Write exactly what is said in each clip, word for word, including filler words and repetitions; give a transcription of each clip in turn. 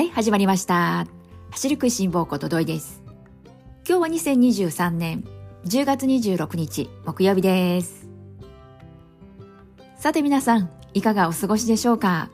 はい、始まりました。走る食いしん坊こと土井です。今日はにせんにじゅうさんねんじゅうがつにじゅうろくにち木曜日です。さて皆さん、いかがお過ごしでしょうか？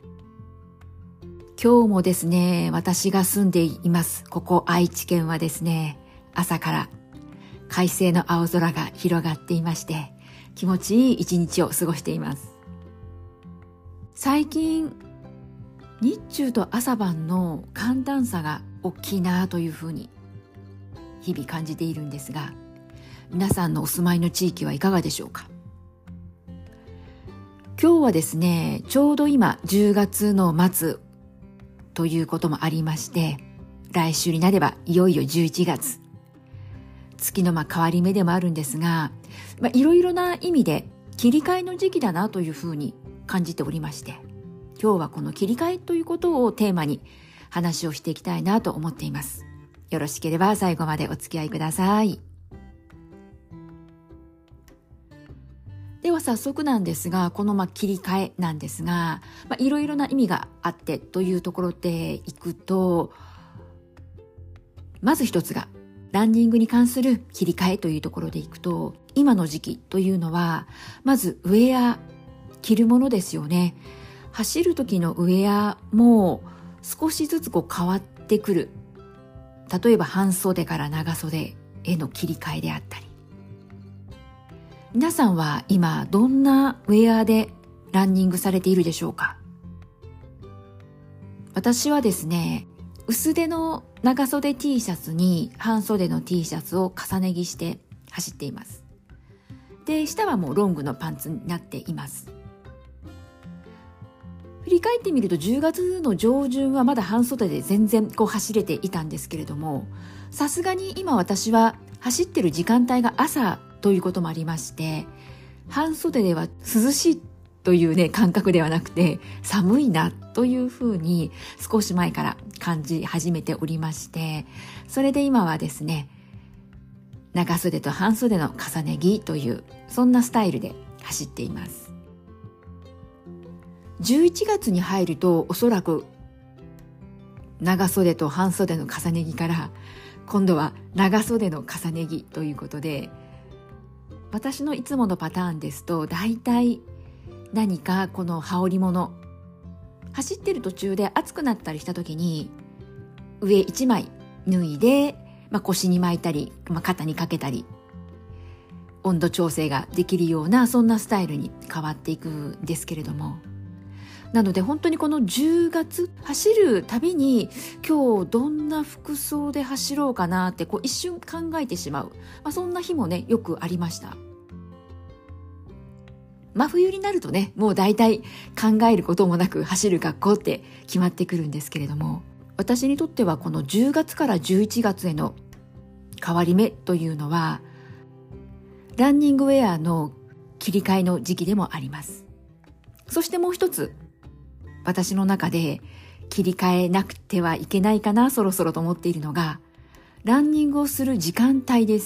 今日もですね、私が住んでいますここ愛知県はですね、朝から快晴の青空が広がっていまして、気持ちいい一日を過ごしています。最近日中と朝晩の寒暖差が大きいなというふうに日々感じているんですが、皆さんのお住まいの地域はいかがでしょうか？今日はですね、ちょうど今じゅうがつの末ということもありまして、来週になればいよいよじゅういちがつ、月のまあ変わり目でもあるんですが、まあ、いろいろな意味で切り替えの時期だなというふうに感じておりまして、今日はこの切り替えということをテーマに話をしていきたいなと思っています。よろしければ最後までお付き合いください。では早速なんですが、このまあ切り替えなんですが、まあ、いろいろな意味があってというところでいくと、まず一つがランニングに関する切り替えというところでいくと、今の時期というのはまずウェア、着るものですよね。走る時のウェアも少しずつこう変わってくる。例えば半袖から長袖への切り替えであったり、皆さんは今どんなウェアでランニングされているでしょうか？私はですね、薄手の長袖 T シャツに半袖の T シャツを重ね着して走っています。で、下はもうロングのパンツになっています。振り返ってみるとじゅうがつの上旬はまだ半袖で全然こう走れていたんですけれども、さすがに今私は走ってる時間帯が朝ということもありまして、半袖では涼しいというね感覚ではなくて寒いなというふうに少し前から感じ始めておりまして、それで今はですね、長袖と半袖の重ね着というそんなスタイルで走っています。じゅういちがつに入るとおそらく長袖と半袖の重ね着から今度は長袖の重ね着ということで、私のいつものパターンですとだいたい何かこの羽織物、走ってる途中で暑くなったりした時に上いちまい脱いで、まあ、腰に巻いたり、まあ、肩にかけたり温度調整ができるようなそんなスタイルに変わっていくんですけれども、なので本当にこのじゅうがつ走るたびに今日どんな服装で走ろうかなってこう一瞬考えてしまう、まあ、そんな日もねよくありました。真冬になるとね、もう大体考えることもなく走る格好って決まってくるんですけれども、私にとってはこのじゅうがつからじゅういちがつへの変わり目というのはランニングウェアの切り替えの時期でもあります。そしてもう一つ、私の中で切り替えなくてはいけないかな、そろそろと思っているのがランニングをする時間帯です。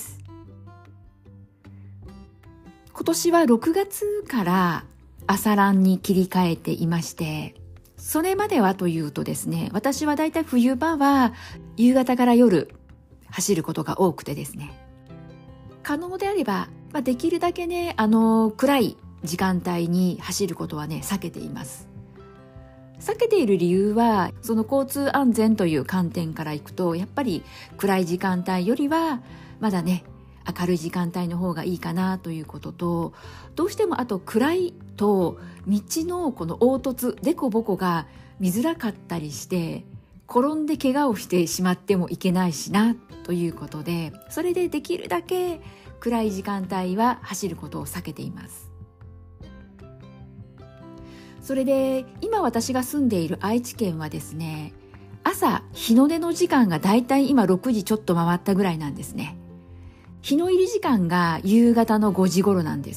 今年はろくがつから朝ランに切り替えていまして、それまではというとですね、私はだいたい冬場は夕方から夜走ることが多くてですね、可能であれば、まあ、できるだけね、あの暗い時間帯に走ることはね避けています。避けている理由はその交通安全という観点からいくと、やっぱり暗い時間帯よりはまだね明るい時間帯の方がいいかなということと、どうしてもあと暗いと道のこの凹凸デコボコが見づらかったりして転んで怪我をしてしまってもいけないしなということで、それでできるだけ暗い時間帯は走ることを避けています。それで今私が住んでいる愛知県はですね、朝日の出の時間がだいたい今ろくじちょっと回ったぐらいなんですね。日の入り時間が夕方のごじ頃なんです。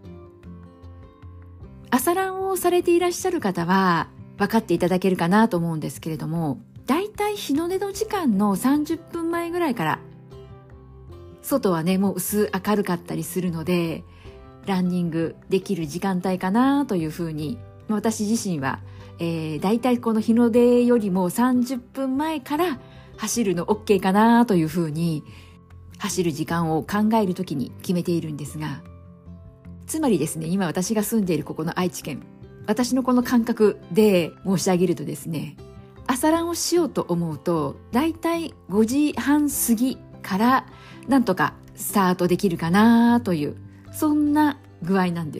朝ランをされていらっしゃる方は分かっていただけるかなと思うんですけれども、だいたい日の出の時間のさんじゅっぷんまえぐらいから外はねもう薄明るかったりするので、ランニングできる時間帯かなというふうに私自身はえー、だいたいこの日の出よりもさんじゅっぷんまえから走るの OK かなというふうに、走る時間を考えるときに決めているんですが、つまりですね、今私が住んでいるここの愛知県、私のこの感覚で申し上げるとですね、朝ランをしようと思うと、だいたいごじはん過ぎからなんとかスタートできるかなという、そんな具合なんです。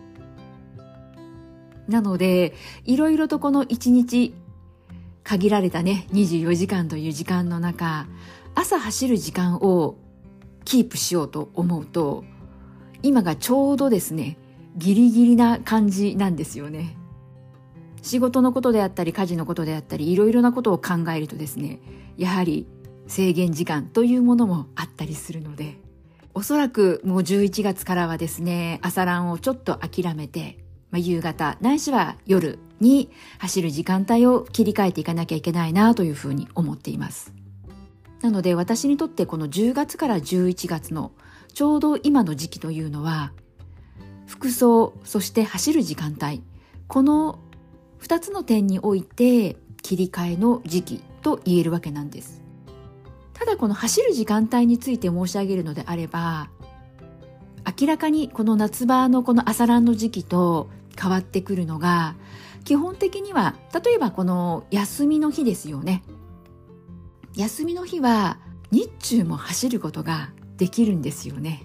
なので、いろいろとこのいちにち、限られたね、にじゅうよじかんという時間の中、朝走る時間をキープしようと思うと、今がちょうどですね、ギリギリな感じなんですよね。仕事のことであったり、家事のことであったり、いろいろなことを考えるとですね、やはり制限時間というものもあったりするので、おそらくもうじゅういちがつからはですね、朝ランをちょっと諦めて、まあ、夕方ないしは夜に走る時間帯を切り替えていかなきゃいけないなというふうに思っています。なので私にとってこのじゅうがつからじゅういちがつのちょうど今の時期というのは、服装、そして走る時間帯、このふたつの点において切り替えの時期と言えるわけなんです。ただこの走る時間帯について申し上げるのであれば、明らかにこの夏場のこの朝ランの時期と変わってくるのが、基本的には例えばこの休みの日ですよね。休みの日は日中も走ることができるんですよね。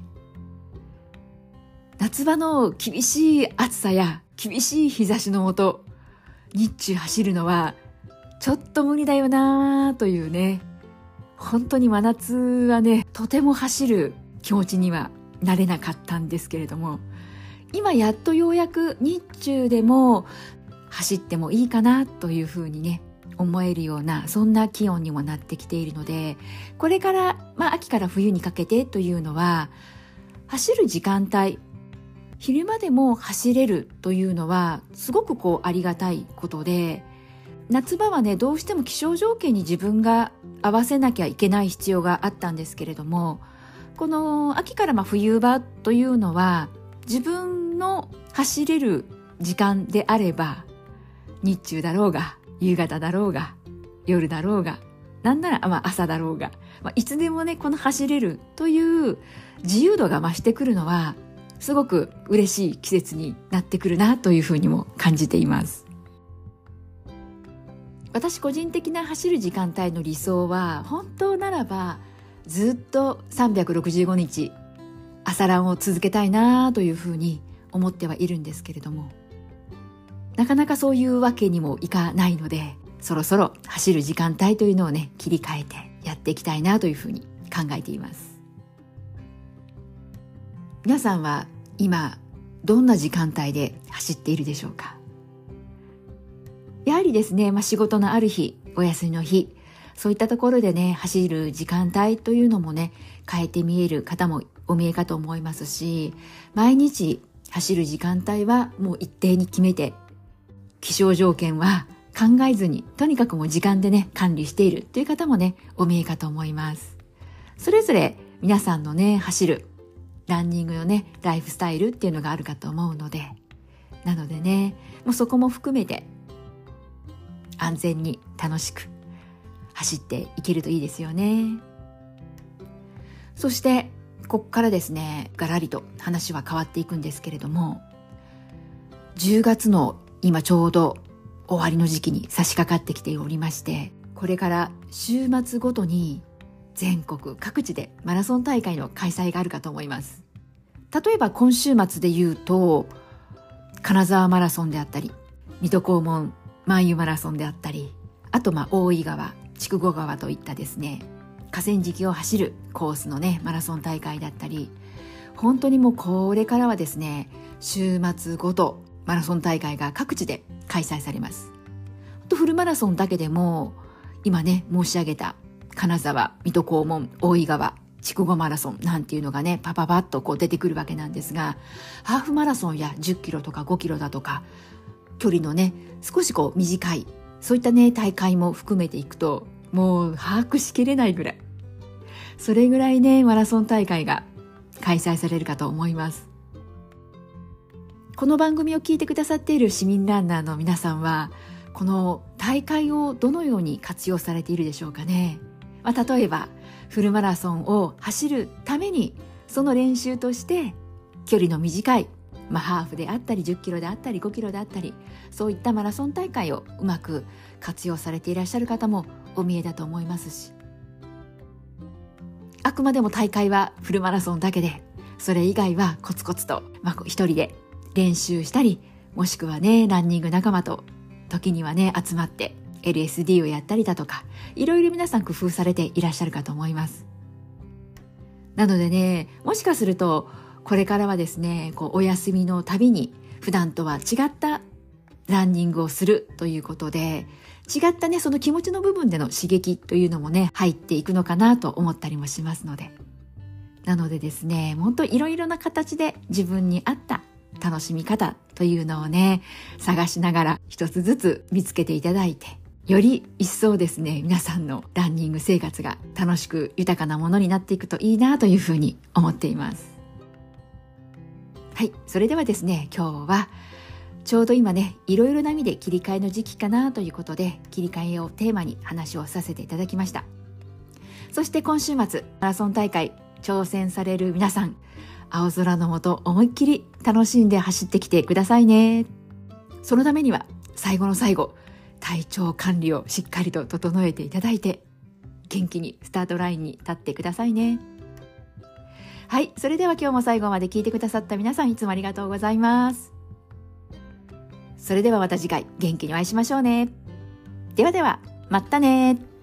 夏場の厳しい暑さや厳しい日差しの下、日中走るのはちょっと無理だよなというね、本当に真夏はね、とても走る気持ちにはなれなかったんですけれども、今やっとようやく日中でも走ってもいいかなというふうにね、思えるような、そんな気温にもなってきているので、これから、まあ秋から冬にかけてというのは、走る時間帯、昼間でも走れるというのはすごくこうありがたいことで、夏場はね、どうしても気象条件に自分が合わせなきゃいけない必要があったんですけれども、この秋からまあ冬場というのは、自分の走れる時間であれば、日中だろうが夕方だろうが夜だろうが、なんならまあ朝だろうが、まあ、いつでもねこの走れるという自由度が増してくるのは、すごく嬉しい季節になってくるなというふうにも感じています。私個人的な走る時間帯の理想は、本当ならばずっとさんびゃくろくじゅうごにち朝ランを続けたいなというふうに思ってはいるんですけれども、なかなかそういうわけにもいかないので、そろそろ走る時間帯というのをね、切り替えてやっていきたいなというふうに考えています。皆さんは今どんな時間帯で走っているでしょうか。やはりですね、まあ、仕事のある日、お休みの日、そういったところでね、走る時間帯というのもね、変えて見える方もお見えかと思いますし、毎日走る時間帯はもう一定に決めて、気象条件は考えずに、とにかくもう時間でね、管理しているという方もね、お見えかと思います。それぞれ皆さんのね、走る、ランニングのね、ライフスタイルっていうのがあるかと思うので、なのでね、もうそこも含めて、安全に楽しく走っていけるといいですよね。そしてここからですね、ガラリと話は変わっていくんですけれども、じゅうがつの今ちょうど終わりの時期に差し掛かってきておりまして、これから週末ごとに全国各地でマラソン大会の開催があるかと思います。例えば今週末で言うと、金沢マラソンであったり、水戸黄門万有マラソンであったり、あとまあ大井川、筑後川といったですね、河川敷を走るコースのね、マラソン大会だったり、本当にもうこれからはですね、週末ごとマラソン大会が各地で開催されます。あとフルマラソンだけでも、今ね申し上げた金沢、水戸黄門、大井川、筑後マラソンなんていうのがね、パパパッとこう出てくるわけなんですが、ハーフマラソンやじゅっキロとかごキロだとか、距離のね少しこう短い、そういったね大会も含めていくと、もう把握しきれないぐらい、それぐらいねマラソン大会が開催されるかと思います。 この番組を聞いてくださっている市民ランナーの皆さんは、この大会をどのように活用されているでしょうかね。まあ、例えばフルマラソンを走るために、その練習として距離の短い、まあ、ハーフであったりじゅっキロであったりごキロであったり、そういったマラソン大会をうまく活用されていらっしゃる方もお見えだと思いますし、あくまでも大会はフルマラソンだけで、それ以外はコツコツと、まあ、一人で練習したり、もしくはねランニング仲間と時にはね集まって エルエスディー をやったりだとか、いろいろ皆さん工夫されていらっしゃるかと思います。なのでね、もしかするとこれからはですね、こうお休みのたびに普段とは違ったランニングをするということで、違ったねその気持ちの部分での刺激というのもね入っていくのかなと思ったりもしますので、なのでですね、本当いろいろな形で自分に合った楽しみ方というのをね探しながら一つずつ見つけていただいて、より一層ですね皆さんのランニング生活が楽しく豊かなものになっていくといいなというふうに思っています。はい、それではですね、今日はちょうど今ねいろいろな意味で切り替えの時期かなということで、切り替えをテーマに話をさせていただきました。そして今週末マラソン大会挑戦される皆さん、青空の下思いっきり楽しんで走ってきてくださいね。そのためには最後の最後、体調管理をしっかりと整えていただいて、元気にスタートラインに立ってくださいね。はい、それでは今日も最後まで聞いてくださった皆さん、いつもありがとうございます。それではまた次回元気にお会いしましょうね。ではでは、またね。